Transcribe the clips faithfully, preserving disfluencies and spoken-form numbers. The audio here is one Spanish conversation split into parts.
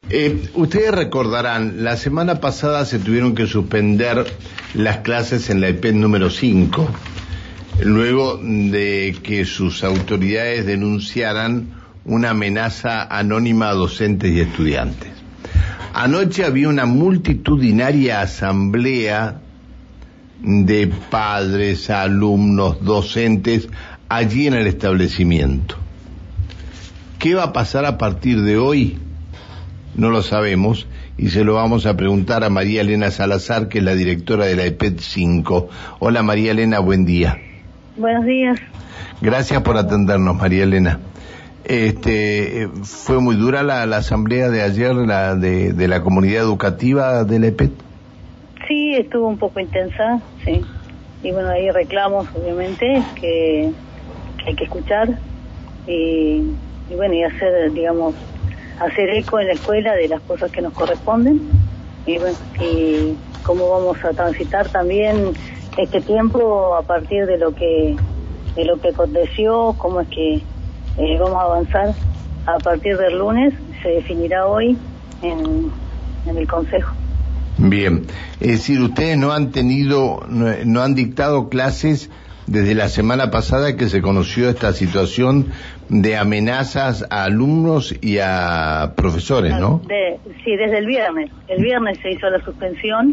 Eh, ustedes recordarán, la semana pasada se tuvieron que suspender las clases en la E P E T número cinco, luego de que sus autoridades denunciaran una amenaza anónima a docentes y estudiantes. Anoche había una multitudinaria asamblea de padres, alumnos, docentes, allí en el establecimiento. ¿Qué va a pasar a partir de hoy? No lo sabemos y se lo vamos a preguntar a María Elena Salazar, que es la directora de la E P E T cinco. Hola María Elena, buen día. Buenos días. Gracias por atendernos, María Elena. Este, ¿fue muy dura la, la asamblea de ayer la de, de la comunidad educativa de la E P E T? Sí, estuvo un poco intensa, sí. Y bueno, hay reclamos, obviamente, que, que hay que escuchar y, y bueno, y hacer, digamos, hacer eco en la escuela de las cosas que nos corresponden y bueno, y cómo vamos a transitar también este tiempo a partir de lo que de lo que aconteció, cómo es que eh, vamos a avanzar a partir del lunes, se definirá hoy en, en el Consejo. Bien, es decir, ustedes no han tenido, no, no han dictado clases desde la semana pasada que se conoció esta situación de amenazas a alumnos y a profesores, ¿no? De, sí, desde el viernes. El viernes se hizo la suspensión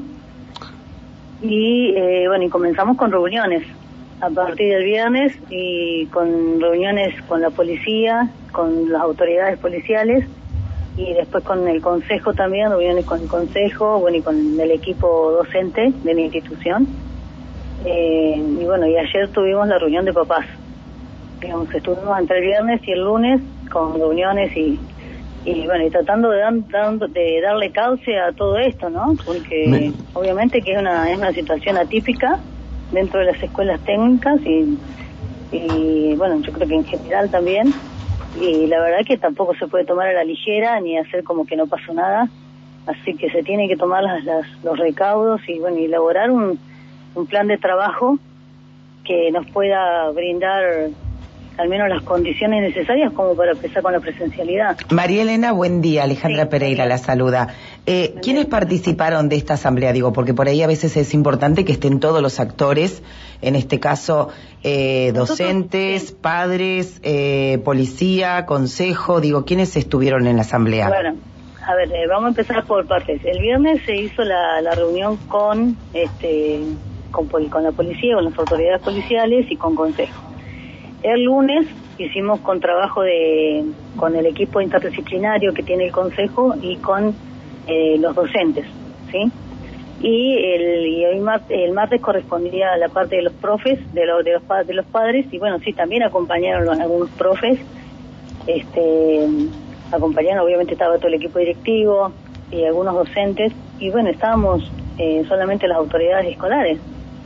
y eh, bueno, y comenzamos con reuniones a partir del viernes y con reuniones con la policía, con las autoridades policiales y después con el consejo también, reuniones con el consejo, bueno, y con el equipo docente de la institución. Eh, y bueno, y ayer tuvimos la reunión de papás. Digamos, estuvimos entre el viernes y el lunes con reuniones y, y bueno, y tratando de, dan, dando, de darle cauce a todo esto, ¿no? Porque Me... obviamente que es una, es una situación atípica dentro de las escuelas técnicas y, y bueno, yo creo que en general también. Y la verdad que tampoco se puede tomar a la ligera ni hacer como que no pasó nada. Así que se tiene que tomar las, las, los recaudos y bueno, y elaborar un un plan de trabajo que nos pueda brindar al menos las condiciones necesarias como para empezar con la presencialidad. María Elena, buen día. Alejandra sí, Pereira la saluda. Eh, ¿Quiénes participaron de esta asamblea? Digo, porque por ahí a veces es importante que estén todos los actores, en este caso eh, docentes, Nosotros, sí. padres, eh, policía, consejo. Digo, ¿quiénes estuvieron en la asamblea? Bueno, a ver, eh, vamos a empezar por partes. El viernes se hizo la, la reunión con este con, con la policía, con las autoridades policiales y con consejo. El lunes hicimos con trabajo de con el equipo interdisciplinario que tiene el consejo y con eh, los docentes, ¿sí? Y el, y el, martes, el martes correspondía a la parte de los profes, de, lo, de, los, de los padres, y bueno, sí, también acompañaron algunos profes, este acompañaron, obviamente estaba todo el equipo directivo y algunos docentes, y bueno, estábamos eh, solamente las autoridades escolares.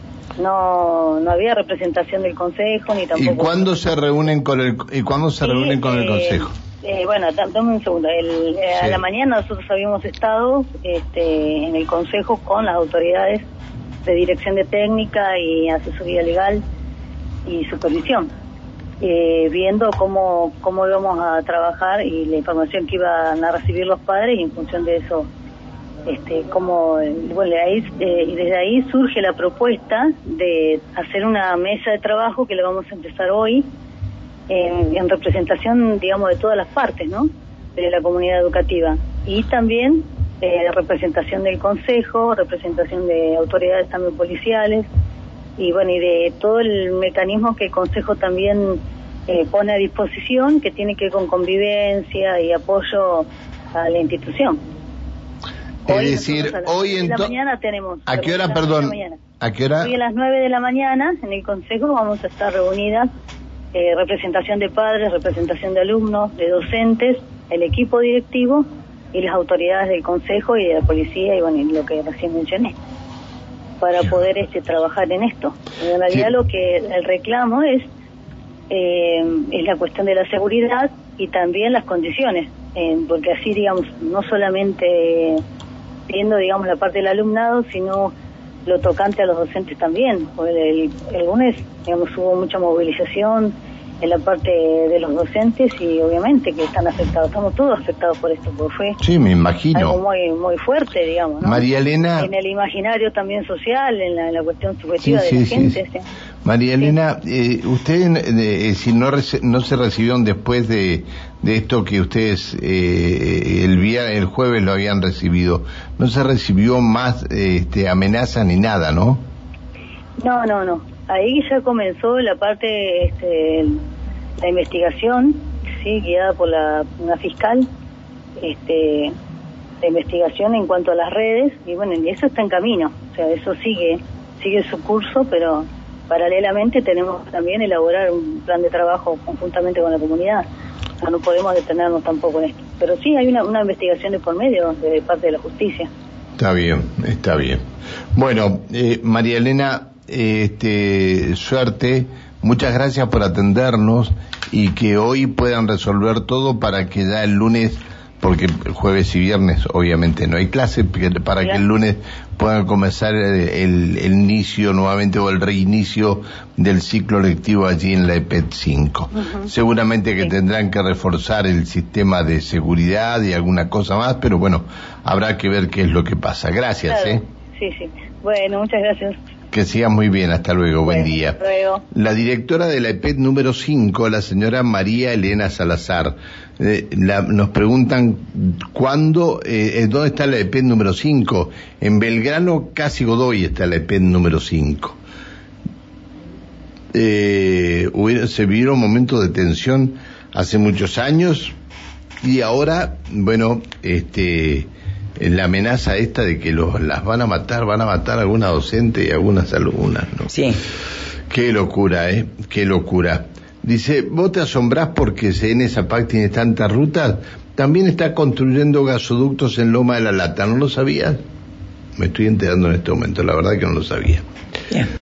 No no había representación del consejo ni tampoco. ¿Y cuándo se reúnen con el y cuándo se sí, reúnen con eh, el consejo? Eh, bueno, dame un segundo. El, eh, sí. A la mañana nosotros habíamos estado este, en el consejo con las autoridades de dirección de técnica y asesoría legal y supervisión, eh, viendo cómo cómo íbamos a trabajar y la información que iban a recibir los padres y en función de eso. Este, como, bueno, ahí, eh, y desde ahí surge la propuesta de hacer una mesa de trabajo que la vamos a empezar hoy en, en representación, digamos, de todas las partes, ¿no? De la comunidad educativa y también eh, representación del consejo, representación de autoridades también policiales y bueno, y de todo el mecanismo que el consejo también eh, pone a disposición, que tiene que ver con convivencia y apoyo a la institución. Hoy es decir, hoy en la mañana tenemos. ¿A qué hora, perdón? ¿A qué hora? Hoy a las nueve de la mañana en el consejo vamos a estar reunidas eh, representación de padres, representación de alumnos, de docentes, el equipo directivo y las autoridades del consejo y de la policía y bueno, y lo que recién mencioné, para poder este trabajar en esto. En realidad sí. Lo que el reclamo es eh, es la cuestión de la seguridad y también las condiciones, eh, porque así digamos no solamente viendo, digamos, la parte del alumnado, sino lo tocante a los docentes también. El, el, el lunes, digamos, hubo mucha movilización en la parte de los docentes y obviamente que están afectados, estamos todos afectados por esto, porque fue sí, me imagino. algo muy muy fuerte, digamos, ¿no? María Elena... En el imaginario también social, en la, en la cuestión subjetiva sí, de sí, la gente. Sí. Sí. María Elena, eh, ustedes, eh, si no rece- no se recibieron después de, de esto que ustedes eh, el viernes, el jueves lo habían recibido, no se recibió más eh, este, amenazas ni nada, ¿no? No, no, no. Ahí ya comenzó la parte, este, la investigación, sí, guiada por la una fiscal, este, la investigación en cuanto a las redes, y bueno, y eso está en camino, o sea, eso sigue, sigue su curso, pero paralelamente tenemos también elaborar un plan de trabajo conjuntamente con la comunidad, o sea, no podemos detenernos tampoco en esto, pero sí hay una, una investigación de por medio de parte de la justicia. Está bien, está bien. Bueno, eh, María Elena, este, suerte, muchas gracias por atendernos y que hoy puedan resolver todo para que ya el lunes, porque jueves y viernes obviamente no hay clase, para que el lunes puedan comenzar el, el, el inicio nuevamente o el reinicio del ciclo lectivo allí en la E P E T cinco. Uh-huh. Seguramente que sí. Tendrán que reforzar el sistema de seguridad y alguna cosa más, pero bueno, habrá que ver qué es lo que pasa. Gracias. Claro. ¿eh? Sí, sí. Bueno, muchas gracias. Que sigas muy bien, hasta luego, bueno, buen día. Hasta luego. La directora de la E P E T número cinco, la señora María Elena Salazar, eh, la, nos preguntan cuándo, eh, ¿dónde está la E P E T número cinco? En Belgrano, casi Godoy está la E P E T número cinco. Eh, hubiera, se vivieron momentos de tensión hace muchos años y ahora, bueno, este... la amenaza esta de que los, las van a matar, van a matar a alguna docente y a algunas alumnas, ¿no? Sí. Qué locura, ¿eh? Qué locura. Dice, ¿vos te asombrás porque C N Zapac tiene tantas rutas? También está construyendo gasoductos en Loma de la Lata, ¿no lo sabías? Me estoy enterando en este momento, la verdad que no lo sabía. Bien.